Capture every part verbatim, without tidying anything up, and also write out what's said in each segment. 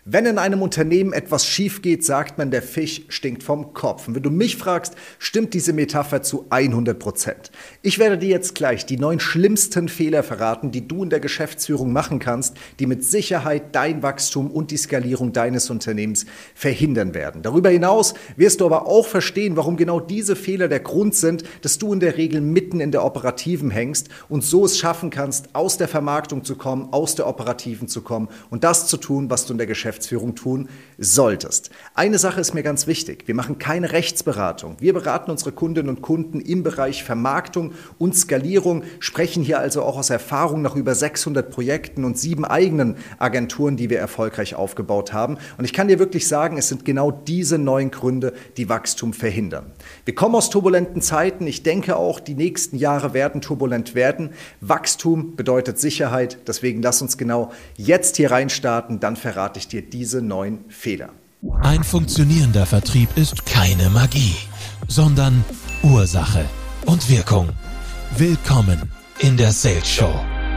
Wenn in einem Unternehmen etwas schief geht, sagt man, der Fisch stinkt vom Kopf. Und wenn du mich fragst, stimmt diese Metapher zu hundert Prozent. Ich werde dir jetzt gleich die neun schlimmsten Fehler verraten, die du in der Geschäftsführung machen kannst, die mit Sicherheit dein Wachstum und die Skalierung deines Unternehmens verhindern werden. Darüber hinaus wirst du aber auch verstehen, warum genau diese Fehler der Grund sind, dass du in der Regel mitten in der Operativen hängst und so es schaffen kannst, aus der Vermarktung zu kommen, aus der Operativen zu kommen und das zu tun, was du in der Geschäftsführung tun solltest. Eine Sache ist mir ganz wichtig. Wir machen keine Rechtsberatung. Wir beraten unsere Kundinnen und Kunden im Bereich Vermarktung und Skalierung, sprechen hier also auch aus Erfahrung nach über sechshundert Projekten und sieben eigenen Agenturen, die wir erfolgreich aufgebaut haben. Und ich kann dir wirklich sagen, es sind genau diese neun Gründe, die Wachstum verhindern. Wir kommen aus turbulenten Zeiten. Ich denke auch, die nächsten Jahre werden turbulent werden. Wachstum bedeutet Sicherheit. Deswegen lass uns genau jetzt hier reinstarten. Dann verrate ich dir diese neun Fehler. Ein funktionierender Vertrieb ist keine Magie, sondern Ursache und Wirkung. Willkommen in der Sales Show.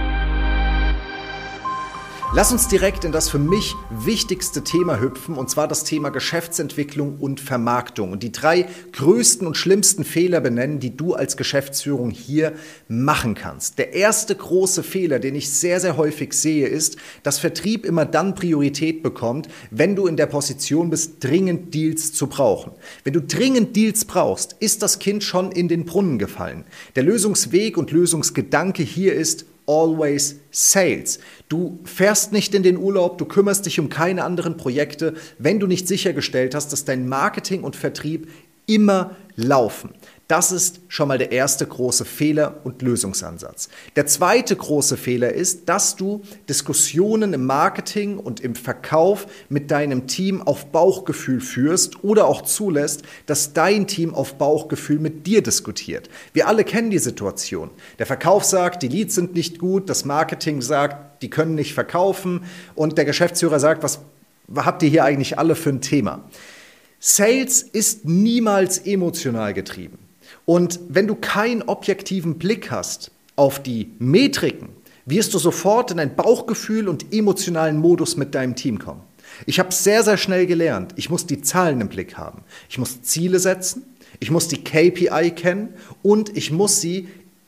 Lass uns direkt in das für mich wichtigste Thema hüpfen, und zwar das Thema Geschäftsentwicklung und Vermarktung und die drei größten und schlimmsten Fehler benennen, die du als Geschäftsführung hier machen kannst. Der erste große Fehler, den ich sehr, sehr häufig sehe, ist, dass Vertrieb immer dann Priorität bekommt, wenn du in der Position bist, dringend Deals zu brauchen. Wenn du dringend Deals brauchst, ist das Kind schon in den Brunnen gefallen. Der Lösungsweg und Lösungsgedanke hier ist always sales. Du fährst nicht in den Urlaub, du kümmerst dich um keine anderen Projekte, wenn du nicht sichergestellt hast, dass dein Marketing und Vertrieb immer laufen. Das ist schon mal der erste große Fehler und Lösungsansatz. Der zweite große Fehler ist, dass du Diskussionen im Marketing und im Verkauf mit deinem Team auf Bauchgefühl führst oder auch zulässt, dass dein Team auf Bauchgefühl mit dir diskutiert. Wir alle kennen die Situation. Der Verkauf sagt, die Leads sind nicht gut, das Marketing sagt, die können nicht verkaufen und der Geschäftsführer sagt, was habt ihr hier eigentlich alle für ein Thema? Sales ist niemals emotional getrieben. Und wenn du keinen objektiven Blick hast auf die Metriken, wirst du sofort in ein Bauchgefühl und emotionalen Modus mit deinem Team kommen. Ich habe sehr, sehr schnell gelernt, ich muss die Zahlen im Blick haben. Ich muss Ziele setzen, ich muss die K P I kennen und ich muss sie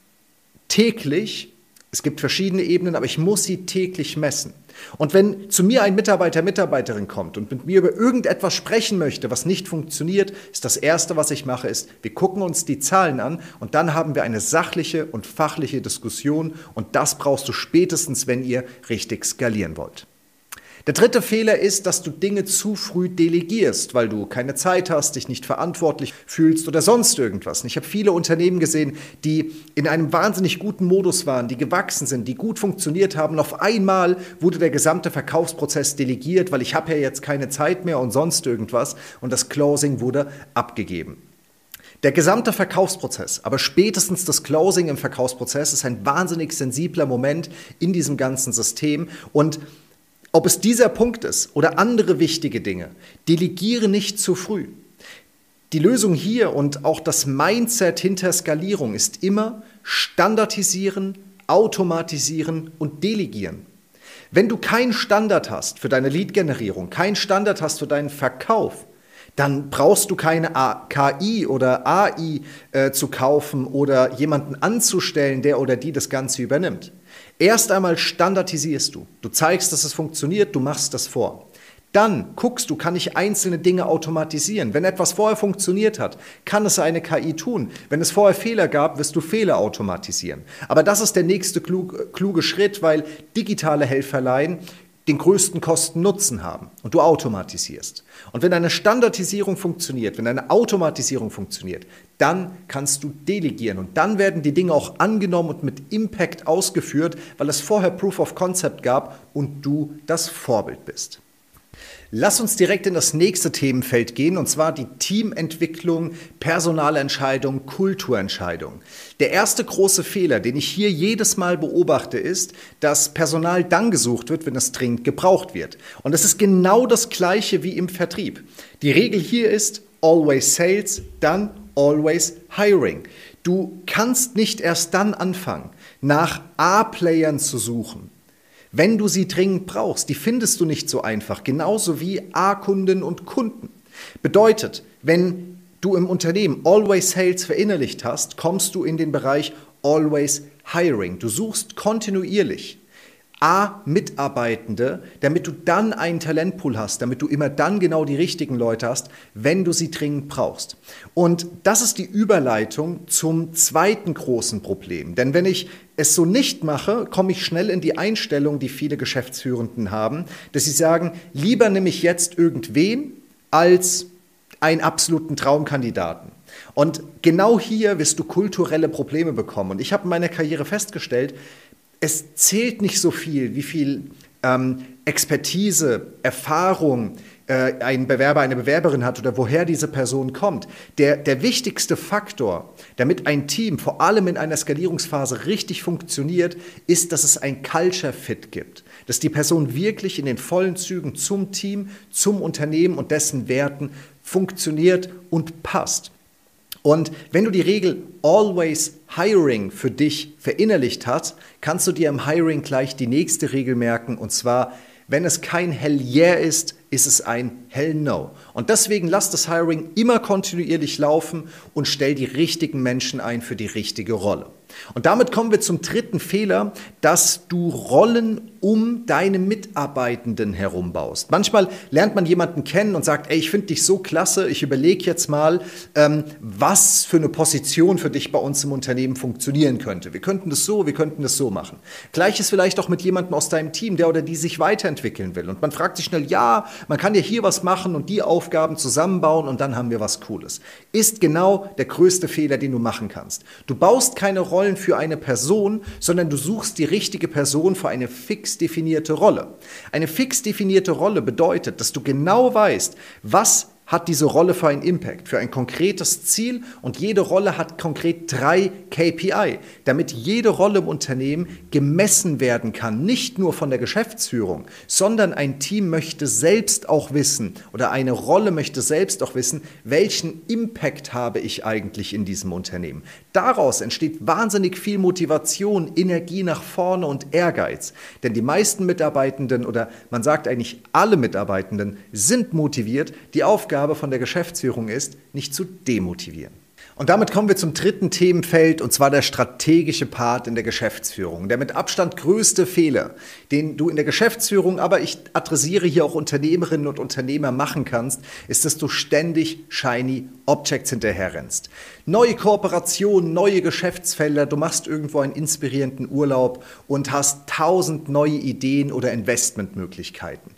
täglich, es gibt verschiedene Ebenen, aber ich muss sie täglich messen. Und wenn zu mir ein Mitarbeiter, Mitarbeiterin kommt und mit mir über irgendetwas sprechen möchte, was nicht funktioniert, ist das Erste, was ich mache, ist, wir gucken uns die Zahlen an und dann haben wir eine sachliche und fachliche Diskussion und das brauchst du spätestens, wenn ihr richtig skalieren wollt. Der dritte Fehler ist, dass du Dinge zu früh delegierst, weil du keine Zeit hast, dich nicht verantwortlich fühlst oder sonst irgendwas. Ich habe viele Unternehmen gesehen, die in einem wahnsinnig guten Modus waren, die gewachsen sind, die gut funktioniert haben. Und auf einmal wurde der gesamte Verkaufsprozess delegiert, weil ich habe ja jetzt keine Zeit mehr und sonst irgendwas. Und das Closing wurde abgegeben. Der gesamte Verkaufsprozess, aber spätestens das Closing im Verkaufsprozess ist ein wahnsinnig sensibler Moment in diesem ganzen System und ob es dieser Punkt ist oder andere wichtige Dinge, delegiere nicht zu früh. Die Lösung hier und auch das Mindset hinter Skalierung ist immer standardisieren, automatisieren und delegieren. Wenn du keinen Standard hast für deine Lead-Generierung, keinen Standard hast für deinen Verkauf, dann brauchst du keine K I oder A I äh, zu kaufen oder jemanden anzustellen, der oder die das Ganze übernimmt. Erst einmal standardisierst du. Du zeigst, dass es funktioniert, du machst das vor. Dann guckst du, kann ich einzelne Dinge automatisieren. Wenn etwas vorher funktioniert hat, kann es eine K I tun. Wenn es vorher Fehler gab, wirst du Fehler automatisieren. Aber das ist der nächste kluge, kluge Schritt, weil digitale Helferlein den größten Kosten-Nutzen haben und du automatisierst. Und wenn eine Standardisierung funktioniert, wenn eine Automatisierung funktioniert, dann kannst du delegieren und dann werden die Dinge auch angenommen und mit Impact ausgeführt, weil es vorher Proof of Concept gab und du das Vorbild bist. Lass uns direkt in das nächste Themenfeld gehen, und zwar die Teamentwicklung, Personalentscheidung, Kulturentscheidung. Der erste große Fehler, den ich hier jedes Mal beobachte, ist, dass Personal dann gesucht wird, wenn es dringend gebraucht wird. Und es ist genau das Gleiche wie im Vertrieb. Die Regel hier ist always sales, dann always hiring. Du kannst nicht erst dann anfangen, nach A-Playern zu suchen, wenn du sie dringend brauchst. Die findest du nicht so einfach, genauso wie A-Kunden und Kunden. Bedeutet, wenn du im Unternehmen Always Sales verinnerlicht hast, kommst du in den Bereich Always Hiring. Du suchst kontinuierlich A, Mitarbeitende, damit du dann einen Talentpool hast, damit du immer dann genau die richtigen Leute hast, wenn du sie dringend brauchst. Und das ist die Überleitung zum zweiten großen Problem. Denn wenn ich es so nicht mache, komme ich schnell in die Einstellung, die viele Geschäftsführenden haben, dass sie sagen, lieber nehme ich jetzt irgendwen als einen absoluten Traumkandidaten. Und genau hier wirst du kulturelle Probleme bekommen. Und ich habe in meiner Karriere festgestellt, es zählt nicht so viel, wie viel ähm, Expertise, Erfahrung äh, ein Bewerber, eine Bewerberin hat oder woher diese Person kommt. Der, der wichtigste Faktor, damit ein Team vor allem in einer Skalierungsphase richtig funktioniert, ist, dass es ein Culture Fit gibt. Dass die Person wirklich in den vollen Zügen zum Team, zum Unternehmen und dessen Werten funktioniert und passt. Und wenn du die Regel Always Hiring für dich verinnerlicht hast, kannst du dir im Hiring gleich die nächste Regel merken, und zwar, wenn es kein Hell Yeah ist, ist es ein Hell No. Und deswegen lass das Hiring immer kontinuierlich laufen und stell die richtigen Menschen ein für die richtige Rolle. Und damit kommen wir zum dritten Fehler, dass du Rollen um deine Mitarbeitenden herum baust. Manchmal lernt man jemanden kennen und sagt, ey, ich finde dich so klasse, ich überlege jetzt mal, ähm, was für eine Position für dich bei uns im Unternehmen funktionieren könnte. Wir könnten das so, wir könnten das so machen. Gleiches vielleicht auch mit jemandem aus deinem Team, der oder die sich weiterentwickeln will. Und man fragt sich schnell, ja, man kann ja hier was machen und die Aufgaben zusammenbauen und dann haben wir was Cooles. Ist genau der größte Fehler, den du machen kannst. Du baust keine Rollen für eine Person, sondern du suchst die richtige Person für eine fix definierte Rolle. Eine fix definierte Rolle bedeutet, dass du genau weißt, was hat diese Rolle für einen Impact, für ein konkretes Ziel, und jede Rolle hat konkret drei K P I, damit jede Rolle im Unternehmen gemessen werden kann, nicht nur von der Geschäftsführung, sondern ein Team möchte selbst auch wissen oder eine Rolle möchte selbst auch wissen, welchen Impact habe ich eigentlich in diesem Unternehmen. Daraus entsteht wahnsinnig viel Motivation, Energie nach vorne und Ehrgeiz, denn die meisten Mitarbeitenden oder man sagt eigentlich alle Mitarbeitenden sind motiviert, die Aufgabe von der Geschäftsführung ist, nicht zu demotivieren. Und damit kommen wir zum dritten Themenfeld, und zwar der strategische Part in der Geschäftsführung. Der mit Abstand größte Fehler, den du in der Geschäftsführung, aber ich adressiere hier auch Unternehmerinnen und Unternehmer machen kannst, ist, dass du ständig Shiny Objects hinterherrennst. Neue Kooperationen, neue Geschäftsfelder, du machst irgendwo einen inspirierenden Urlaub und hast tausend neue Ideen oder Investmentmöglichkeiten.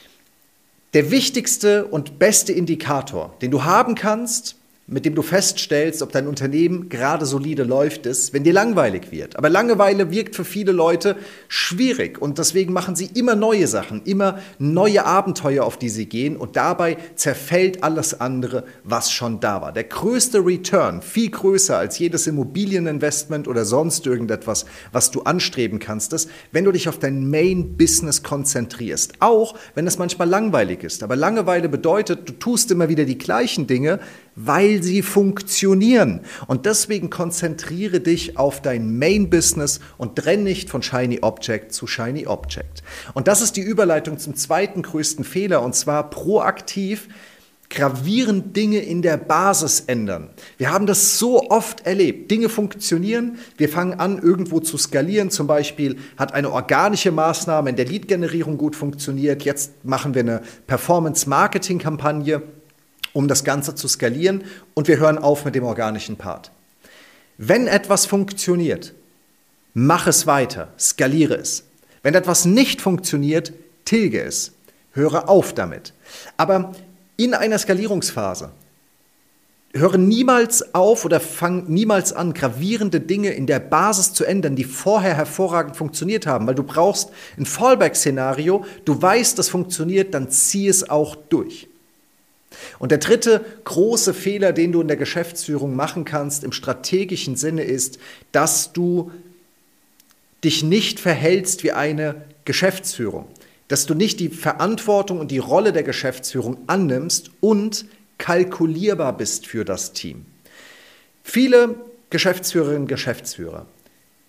Der wichtigste und beste Indikator, den du haben kannst, mit dem du feststellst, ob dein Unternehmen gerade solide läuft, ist, wenn dir langweilig wird. Aber Langeweile wirkt für viele Leute schwierig und deswegen machen sie immer neue Sachen, immer neue Abenteuer, auf die sie gehen, und dabei zerfällt alles andere, was schon da war. Der größte Return, viel größer als jedes Immobilieninvestment oder sonst irgendetwas, was du anstreben kannst, ist, wenn du dich auf dein Main-Business konzentrierst. Auch wenn es manchmal langweilig ist. Aber Langeweile bedeutet, du tust immer wieder die gleichen Dinge, weil sie funktionieren. Und deswegen konzentriere dich auf dein Main-Business und trenn nicht von Shiny Object zu Shiny Object. Und das ist die Überleitung zum zweiten größten Fehler, und zwar proaktiv gravierend Dinge in der Basis ändern. Wir haben das so oft erlebt. Dinge funktionieren, wir fangen an, irgendwo zu skalieren. Zum Beispiel hat eine organische Maßnahme in der Lead-Generierung gut funktioniert. Jetzt machen wir eine Performance-Marketing-Kampagne, um das Ganze zu skalieren, und wir hören auf mit dem organischen Part. Wenn etwas funktioniert, mach es weiter, skaliere es. Wenn etwas nicht funktioniert, tilge es, höre auf damit. Aber in einer Skalierungsphase höre niemals auf oder fang niemals an, gravierende Dinge in der Basis zu ändern, die vorher hervorragend funktioniert haben, weil du brauchst ein Fallback-Szenario, du weißt, das funktioniert, dann zieh es auch durch. Und der dritte große Fehler, den du in der Geschäftsführung machen kannst, im strategischen Sinne, ist, dass du dich nicht verhältst wie eine Geschäftsführung, dass du nicht die Verantwortung und die Rolle der Geschäftsführung annimmst und kalkulierbar bist für das Team. Viele Geschäftsführerinnen und Geschäftsführer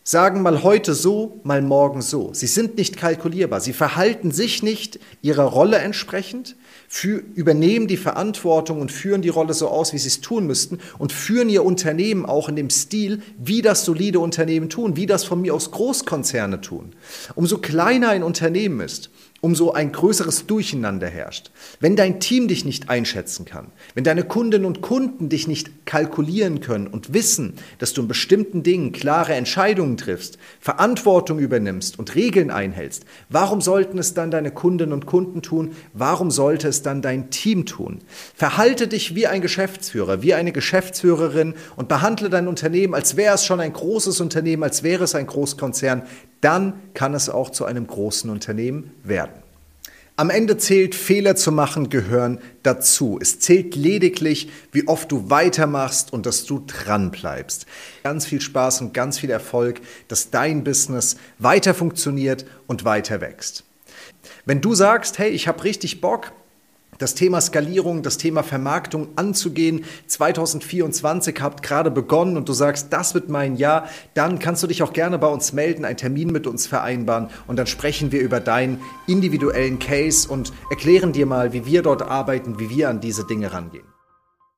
sagen mal heute so, mal morgen so. Sie sind nicht kalkulierbar. Sie verhalten sich nicht ihrer Rolle entsprechend, für, übernehmen die Verantwortung und führen die Rolle so aus, wie sie es tun müssten und führen ihr Unternehmen auch in dem Stil, wie das solide Unternehmen tun, wie das von mir aus Großkonzerne tun. Umso kleiner ein Unternehmen ist, umso ein größeres Durcheinander herrscht. Wenn dein Team dich nicht einschätzen kann, wenn deine Kundinnen und Kunden dich nicht kalkulieren können und wissen, dass du in bestimmten Dingen klare Entscheidungen triffst, Verantwortung übernimmst und Regeln einhältst, warum sollten es dann deine Kundinnen und Kunden tun? Warum sollte es dann dein Team tun? Verhalte dich wie ein Geschäftsführer, wie eine Geschäftsführerin und behandle dein Unternehmen, als wäre es schon ein großes Unternehmen, als wäre es ein Großkonzern. Dann kann es auch zu einem großen Unternehmen werden. Am Ende zählt, Fehler zu machen gehören dazu. Es zählt lediglich, wie oft du weitermachst und dass du dran bleibst. Ganz viel Spaß und ganz viel Erfolg, dass dein Business weiter funktioniert und weiter wächst. Wenn du sagst, hey, ich habe richtig Bock, das Thema Skalierung, das Thema Vermarktung anzugehen, zwanzig vierundzwanzig habt gerade begonnen und du sagst, das wird mein Jahr, dann kannst du dich auch gerne bei uns melden, einen Termin mit uns vereinbaren und dann sprechen wir über deinen individuellen Case und erklären dir mal, wie wir dort arbeiten, wie wir an diese Dinge rangehen.